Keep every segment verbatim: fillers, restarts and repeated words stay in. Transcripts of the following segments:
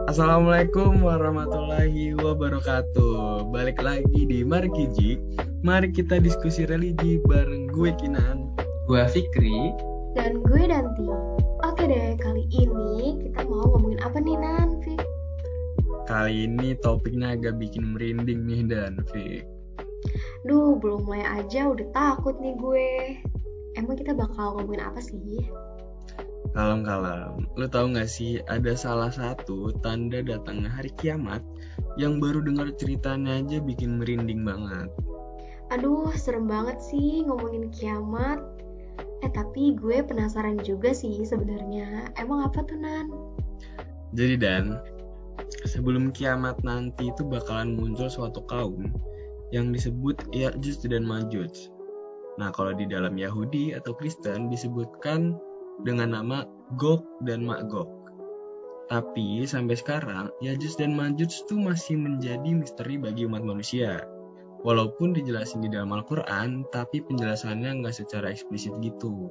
Assalamualaikum warahmatullahi wabarakatuh. Balik lagi di Mari Kiji. Mari kita diskusi religi bareng gue Kinan, gue Fikri, dan gue Danti. Oke deh, kali ini kita mau ngomongin apa nih Nan, Fik? Kali ini topiknya agak bikin merinding nih Dan, Fik. Duh, belum mulai aja udah takut nih gue. Emang kita bakal ngomongin apa sih? Kalem-kalem, lu tahu gak sih ada salah satu tanda datangnya hari kiamat yang baru dengar ceritanya aja bikin merinding banget. Aduh, serem banget sih ngomongin kiamat. Eh tapi gue penasaran juga sih sebenarnya. Emang apa tuh Nan? Jadi Dan, sebelum kiamat nanti itu bakalan muncul suatu kaum yang disebut Ya'juj dan Ma'juj. Nah, kalau di dalam Yahudi atau Kristen disebutkan dengan nama Gog dan Magog. Tapi sampai sekarang Ya'juj dan Ma'juj itu masih menjadi misteri bagi umat manusia. Walaupun dijelasin di dalam Al-Quran, tapi penjelasannya nggak secara eksplisit gitu.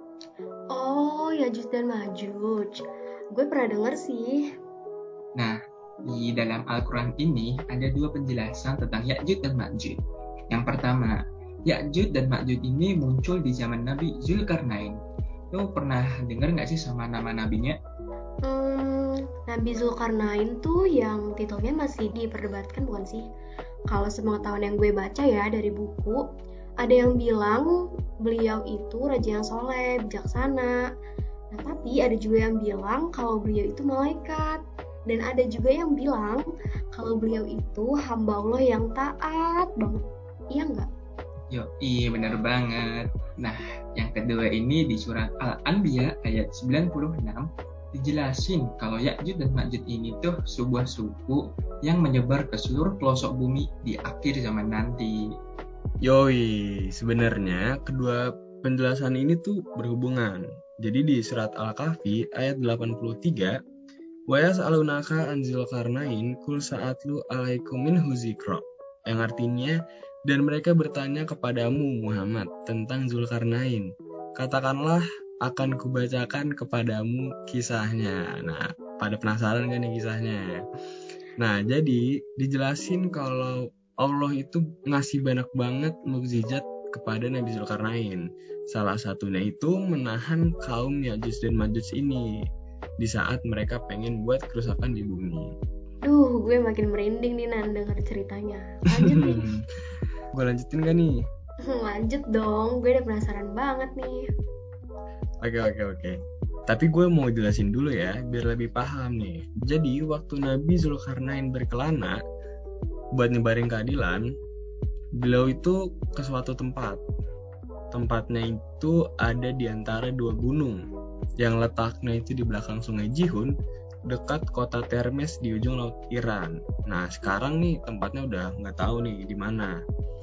Oh, Ya'juj dan Ma'juj. Gue pernah denger sih. Nah, di dalam Al-Quran ini ada dua penjelasan tentang Ya'juj dan Ma'juj. Yang pertama, Ya'juj dan Ma'juj ini muncul di zaman Nabi Zulkarnain. Lo pernah dengar nggak sih sama nama nabinya? Hmm, Nabi Zulkarnain tuh yang titelnya masih diperdebatkan bukan sih? Kalau sepengetahuan yang gue baca ya dari buku, ada yang bilang beliau itu raja yang soleh, bijaksana. Nah, tapi ada juga yang bilang kalau beliau itu malaikat. Dan ada juga yang bilang kalau beliau itu hamba Allah yang taat banget. Iya nggak? Yo, iya benar banget. Nah, yang kedua ini di surat Al-Anbiya ayat sembilan puluh enam dijelasin kalau Ya'juj dan Ma'juj ini tuh sebuah suku yang menyebar ke seluruh pelosok bumi di akhir zaman nanti. Yoi, sebenarnya kedua penjelasan ini tuh berhubungan. Jadi di surat Al-Kahfi ayat delapan puluh tiga, wa yas'alunaka an Zulkarnain kul sa'atlu alaikum minhu zikra, yang artinya, dan mereka bertanya kepadamu Muhammad tentang Zulkarnain. Katakanlah, akan kubacakan kepadamu kisahnya. Nah, pada penasaran kan nih kisahnya? Nah, jadi dijelasin kalau Allah itu ngasih banyak banget mukjizat kepada Nabi Zulkarnain. Salah satunya itu menahan kaum Ya'juj dan Ma'juj ini di saat mereka pengen buat kerusakan di bumi. Duh, gue makin merinding nih Nan denger ceritanya. Lanjut nih. Gue lanjutin gak nih? Lanjut dong, gue udah penasaran banget nih. Oke oke oke. Tapi gue mau jelasin dulu ya, biar lebih paham nih. Jadi waktu Nabi Zulkarnain berkelana buat nyebarin keadilan, beliau itu ke suatu tempat. Tempatnya itu ada di antara dua gunung, yang letaknya itu di belakang sungai Jihun, dekat kota Termes di ujung laut Iran. Nah sekarang nih tempatnya udah nggak tahu nih di mana.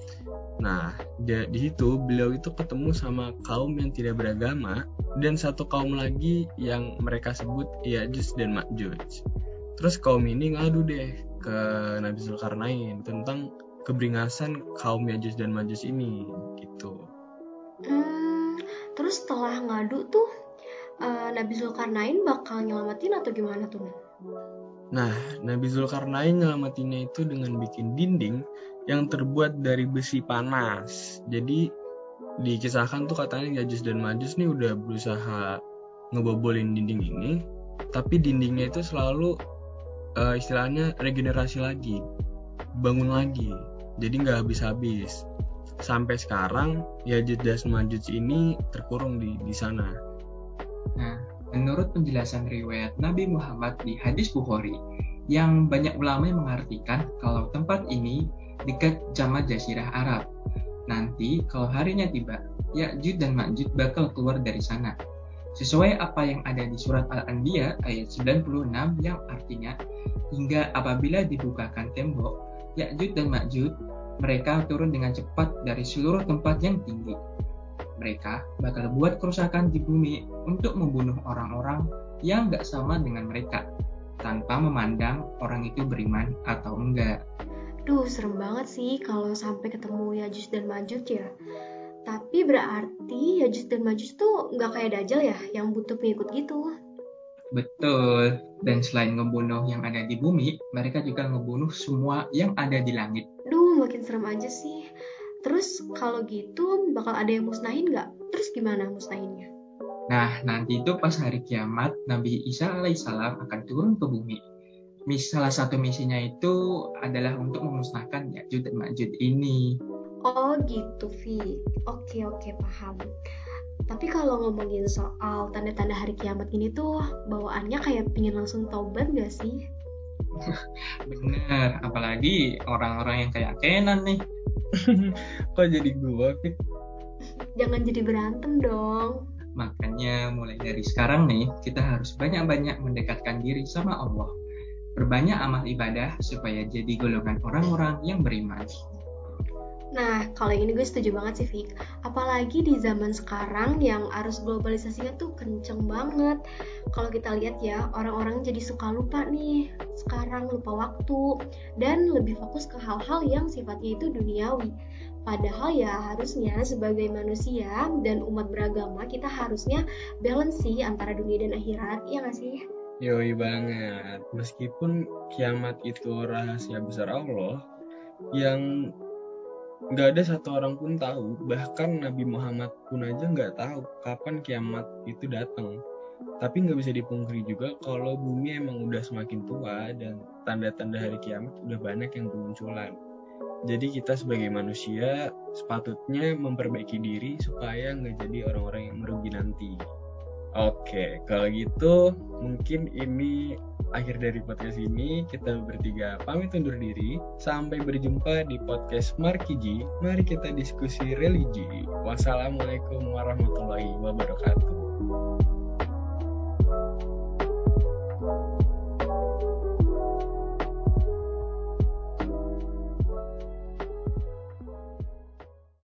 Nah, di, di situ beliau itu ketemu sama kaum yang tidak beragama dan satu kaum lagi yang mereka sebut Ya'juj dan Ma'juj. Terus kaum ini ngadu deh ke Nabi Zulkarnain tentang keberingasan kaum Ya'juj dan Ma'juj ini gitu. Hmm, terus setelah ngadu tuh uh, Nabi Zulkarnain bakal nyelamatin atau gimana tuh? Nah, Nabi Zulkarnain nyelamatinnya itu dengan bikin dinding yang terbuat dari besi panas. Jadi dikisahkan tuh katanya Ya'juj dan Ma'juj nih udah berusaha ngebobolin dinding ini, tapi dindingnya itu selalu uh, istilahnya regenerasi lagi, bangun lagi, jadi nggak habis-habis. Sampai sekarang Ya'juj dan Ma'juj ini terkurung di di sana. Nah, menurut penjelasan riwayat Nabi Muhammad di hadis Bukhari, yang banyak ulama yang mengartikan kalau tempat ini dekat Jamal Jazirah Arab. Nanti kalau harinya tiba, Ya'juj dan Ma'juj bakal keluar dari sana. Sesuai apa yang ada di surat Al-Anbiya ayat sembilan puluh enam yang artinya, hingga apabila dibukakan tembok, Ya'juj dan Ma'juj, mereka turun dengan cepat dari seluruh tempat yang tinggi. Mereka bakal buat kerusakan di bumi untuk membunuh orang-orang yang gak sama dengan mereka, tanpa memandang orang itu beriman atau enggak. Duh, serem banget sih kalau sampai ketemu Ya'juj dan Ma'juj ya. Tapi berarti Ya'juj dan Ma'juj tuh nggak kayak Dajjal ya, yang butuh pengikut gitu. Betul, dan selain ngebunuh yang ada di bumi, mereka juga ngebunuh semua yang ada di langit. Duh, makin serem aja sih. Terus kalau gitu bakal ada yang musnahin nggak? Terus gimana musnahinnya? Nah, nanti itu pas hari kiamat, Nabi Isa alaihissalam akan turun ke bumi. Mis- Salah satu misinya itu adalah untuk memusnahkan Ya'juj dan Ma'juj ini. Oh gitu, Vi. Oke, oke, paham. Tapi kalau ngomongin soal tanda-tanda hari kiamat ini tuh, bawaannya kayak pingin langsung taubat gak sih? Bener, apalagi orang-orang yang kayak Kenan nih. Kok jadi gua, Fit? Jangan jadi berantem dong. Makanya mulai dari sekarang nih, kita harus banyak-banyak mendekatkan diri sama Allah. Berbanyak amal ibadah supaya jadi golongan orang-orang yang beriman. Nah, kalau ini gue setuju banget sih, Fik. Apalagi di zaman sekarang yang arus globalisasinya tuh kenceng banget. Kalau kita lihat ya, orang-orang jadi suka lupa nih. Sekarang lupa waktu. Dan lebih fokus ke hal-hal yang sifatnya itu duniawi. Padahal ya harusnya sebagai manusia dan umat beragama kita harusnya balance sih antara dunia dan akhirat, ya nggak sih? Yoi banget. Meskipun kiamat itu rahasia besar Allah, yang nggak ada satu orang pun tahu, bahkan Nabi Muhammad pun aja nggak tahu kapan kiamat itu datang. Tapi nggak bisa dipungkiri juga kalau bumi emang udah semakin tua dan tanda-tanda hari kiamat udah banyak yang bermunculan. Jadi kita sebagai manusia sepatutnya memperbaiki diri supaya nggak jadi orang-orang yang merugi nanti. Oke, kalau gitu mungkin ini akhir dari podcast ini. Kita bertiga pamit undur diri. Sampai berjumpa di podcast Markiji. Mari kita diskusi religi. Wassalamualaikum warahmatullahi wabarakatuh.